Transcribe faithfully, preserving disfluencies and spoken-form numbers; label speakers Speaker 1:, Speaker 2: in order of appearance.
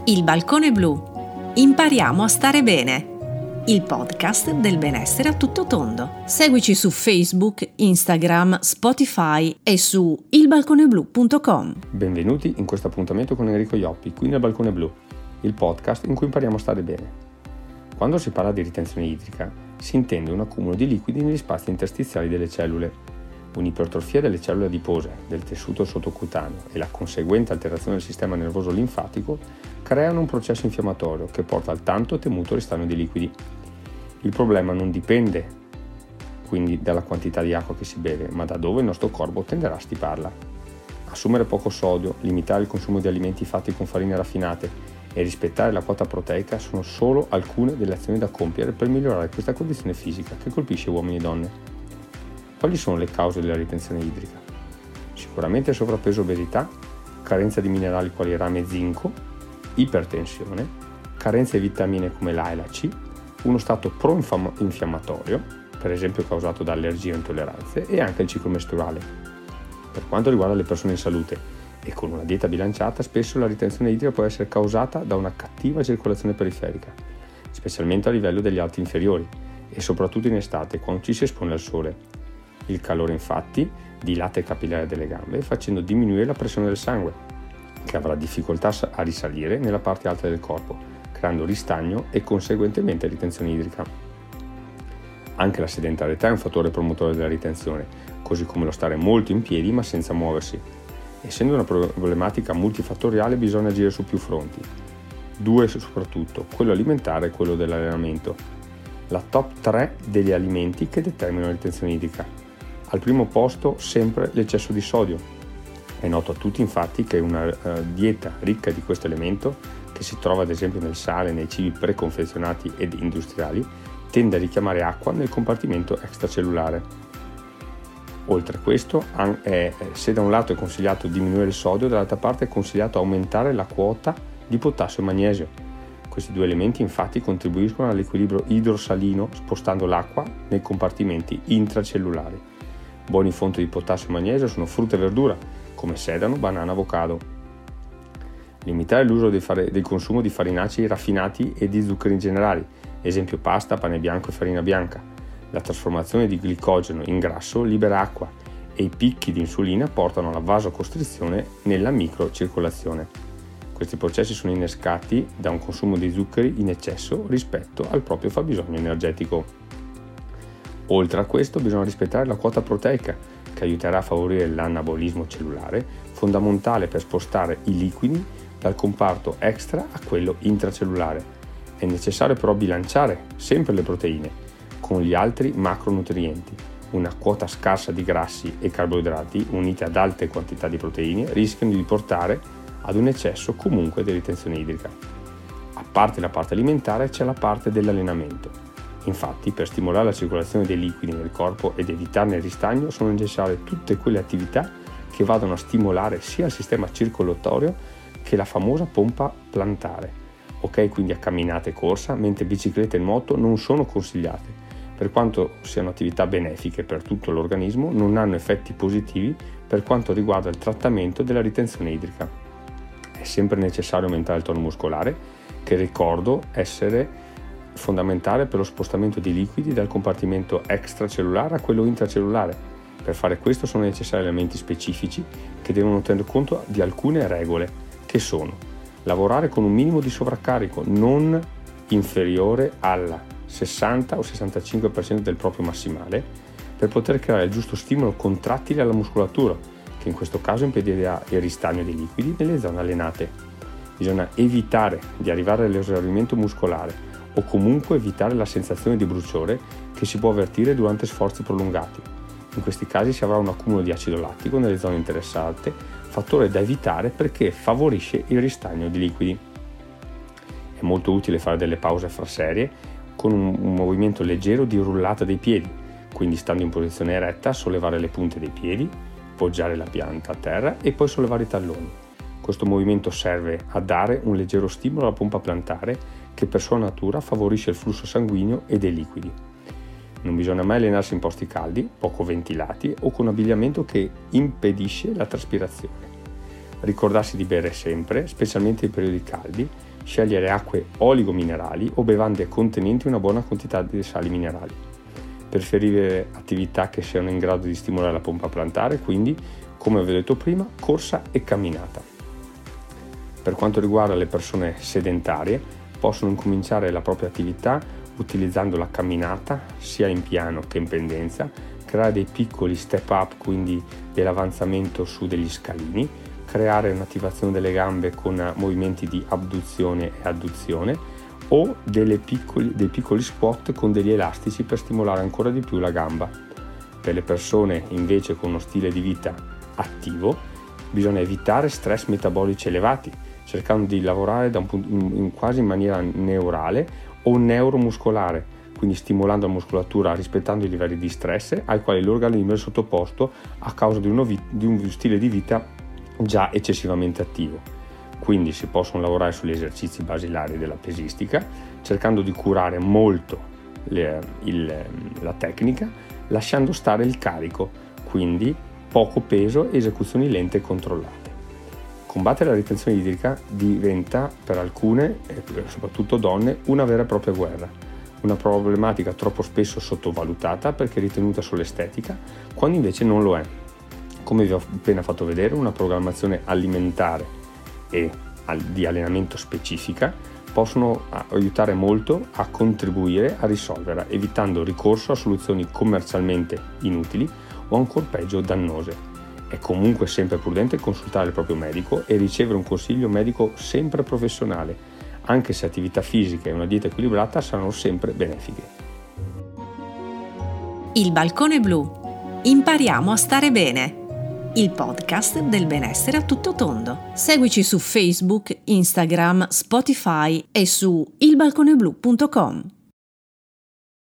Speaker 1: Il balcone blu. Impariamo a stare bene. Il podcast del benessere a tutto tondo. Seguici su Facebook, Instagram, Spotify e su il balcone blu punto com.
Speaker 2: Benvenuti in questo appuntamento con Enrico Ioppi, qui nel Balcone Blu, il podcast in cui impariamo a stare bene. Quando si parla di ritenzione idrica, si intende un accumulo di liquidi negli spazi interstiziali delle cellule. Un'ipertrofia delle cellule adipose, del tessuto sottocutaneo e la conseguente alterazione del sistema nervoso linfatico creano un processo infiammatorio che porta al tanto temuto ristagno di liquidi. Il problema non dipende quindi dalla quantità di acqua che si beve, ma da dove il nostro corpo tenderà a stiparla. Assumere poco sodio, limitare il consumo di alimenti fatti con farine raffinate e rispettare la quota proteica sono solo alcune delle azioni da compiere per migliorare questa condizione fisica che colpisce uomini e donne. Quali sono le cause della ritenzione idrica? Sicuramente sovrappeso e obesità, carenza di minerali quali rame e zinco, ipertensione, carenza di vitamine come l'A e la C, uno stato pro-infiammatorio, per esempio causato da allergie o intolleranze, e anche il ciclo mestruale. Per quanto riguarda le persone in salute e con una dieta bilanciata, spesso la ritenzione idrica può essere causata da una cattiva circolazione periferica, specialmente a livello degli arti inferiori e soprattutto in estate quando ci si espone al sole. Il calore infatti dilata i capillari delle gambe facendo diminuire la pressione del sangue, che avrà difficoltà a risalire nella parte alta del corpo, creando ristagno e conseguentemente ritenzione idrica. Anche la sedentarietà è un fattore promotore della ritenzione, così come lo stare molto in piedi ma senza muoversi. Essendo una problematica multifattoriale bisogna agire su più fronti, due soprattutto, quello alimentare e quello dell'allenamento. La top tre degli alimenti che determinano la ritenzione idrica. Al primo posto sempre l'eccesso di sodio. È noto a tutti infatti che una uh, dieta ricca di questo elemento, che si trova ad esempio nel sale, nei cibi preconfezionati ed industriali, tende a richiamare acqua nel compartimento extracellulare. Oltre a questo, è, se da un lato è consigliato diminuire il sodio, dall'altra parte è consigliato aumentare la quota di potassio e magnesio. Questi due elementi infatti contribuiscono all'equilibrio idrosalino spostando l'acqua nei compartimenti intracellulari. Buone fonti di potassio e magnesio sono frutta e verdura, come sedano, banana, avocado. Limitare l'uso dei fare- del consumo di farinacei raffinati e di zuccheri generali, esempio pasta, pane bianco e farina bianca. La trasformazione di glicogeno in grasso libera acqua e i picchi di insulina portano alla vasocostrizione nella microcircolazione. Questi processi sono innescati da un consumo di zuccheri in eccesso rispetto al proprio fabbisogno energetico. Oltre a questo bisogna rispettare la quota proteica, che aiuterà a favorire l'anabolismo cellulare, fondamentale per spostare i liquidi dal comparto extra a quello intracellulare. È necessario però bilanciare sempre le proteine con gli altri macronutrienti. Una quota scarsa di grassi e carboidrati unite ad alte quantità di proteine rischiano di portare ad un eccesso comunque di ritenzione idrica. A parte la parte alimentare c'è la parte dell'allenamento. Infatti, per stimolare la circolazione dei liquidi nel corpo ed evitarne il ristagno sono necessarie tutte quelle attività che vadano a stimolare sia il sistema circolatorio che la famosa pompa plantare. Ok, quindi a camminate e corsa, mentre bicicletta e nuoto non sono consigliate. Per quanto siano attività benefiche per tutto l'organismo, non hanno effetti positivi per quanto riguarda il trattamento della ritenzione idrica. È sempre necessario aumentare il tono muscolare, che ricordo essere fondamentale per lo spostamento di liquidi dal compartimento extracellulare a quello intracellulare. Per fare questo sono necessari elementi specifici che devono tener conto di alcune regole, che sono: lavorare con un minimo di sovraccarico non inferiore al sessanta o sessantacinque per cento del proprio massimale per poter creare il giusto stimolo contrattile alla muscolatura, che in questo caso impedirà il ristagno dei liquidi nelle zone allenate. Bisogna evitare di arrivare all'esaurimento muscolare o comunque evitare la sensazione di bruciore che si può avvertire durante sforzi prolungati. In questi casi si avrà un accumulo di acido lattico nelle zone interessate, fattore da evitare perché favorisce il ristagno di liquidi. È molto utile fare delle pause fra serie con un, un movimento leggero di rullata dei piedi, quindi stando in posizione eretta sollevare le punte dei piedi, poggiare la pianta a terra e poi sollevare i talloni. Questo movimento serve a dare un leggero stimolo alla pompa plantare che per sua natura favorisce il flusso sanguigno e dei liquidi. Non bisogna mai allenarsi in posti caldi, poco ventilati o con abbigliamento che impedisce la traspirazione. Ricordarsi di bere sempre, specialmente in periodi caldi, scegliere acque oligominerali o bevande contenenti una buona quantità di sali minerali. Preferire attività che siano in grado di stimolare la pompa plantare, quindi, come vi ho detto prima, corsa e camminata. Per quanto riguarda le persone sedentarie, possono incominciare la propria attività utilizzando la camminata sia in piano che in pendenza, creare dei piccoli step up, quindi dell'avanzamento su degli scalini, creare un'attivazione delle gambe con movimenti di abduzione e adduzione o delle piccoli, dei piccoli squat con degli elastici per stimolare ancora di più la gamba. Per le persone invece con uno stile di vita attivo bisogna evitare stress metabolici elevati, cercando di lavorare da un punto, in, in quasi in maniera neurale o neuromuscolare, quindi stimolando la muscolatura rispettando i livelli di stress ai quali l'organismo è sottoposto a causa di, uno, di un stile di vita già eccessivamente attivo. Quindi si possono lavorare sugli esercizi basilari della pesistica, cercando di curare molto le, il, la tecnica, lasciando stare il carico, quindi poco peso e esecuzioni lente e controllate. Combattere la ritenzione idrica diventa per alcune, e soprattutto donne, una vera e propria guerra, una problematica troppo spesso sottovalutata perché ritenuta solo estetica, quando invece non lo è. Come vi ho appena fatto vedere, una programmazione alimentare e di allenamento specifica possono aiutare molto a contribuire a risolverla, evitando ricorso a soluzioni commercialmente inutili o ancor peggio dannose. È comunque sempre prudente consultare il proprio medico e ricevere un consiglio medico sempre professionale, anche se attività fisica e una dieta equilibrata saranno sempre benefiche.
Speaker 1: Il balcone blu. Impariamo a stare bene. Il podcast del benessere a tutto tondo. Seguici su Facebook, Instagram, Spotify e su il balcone blu punto com.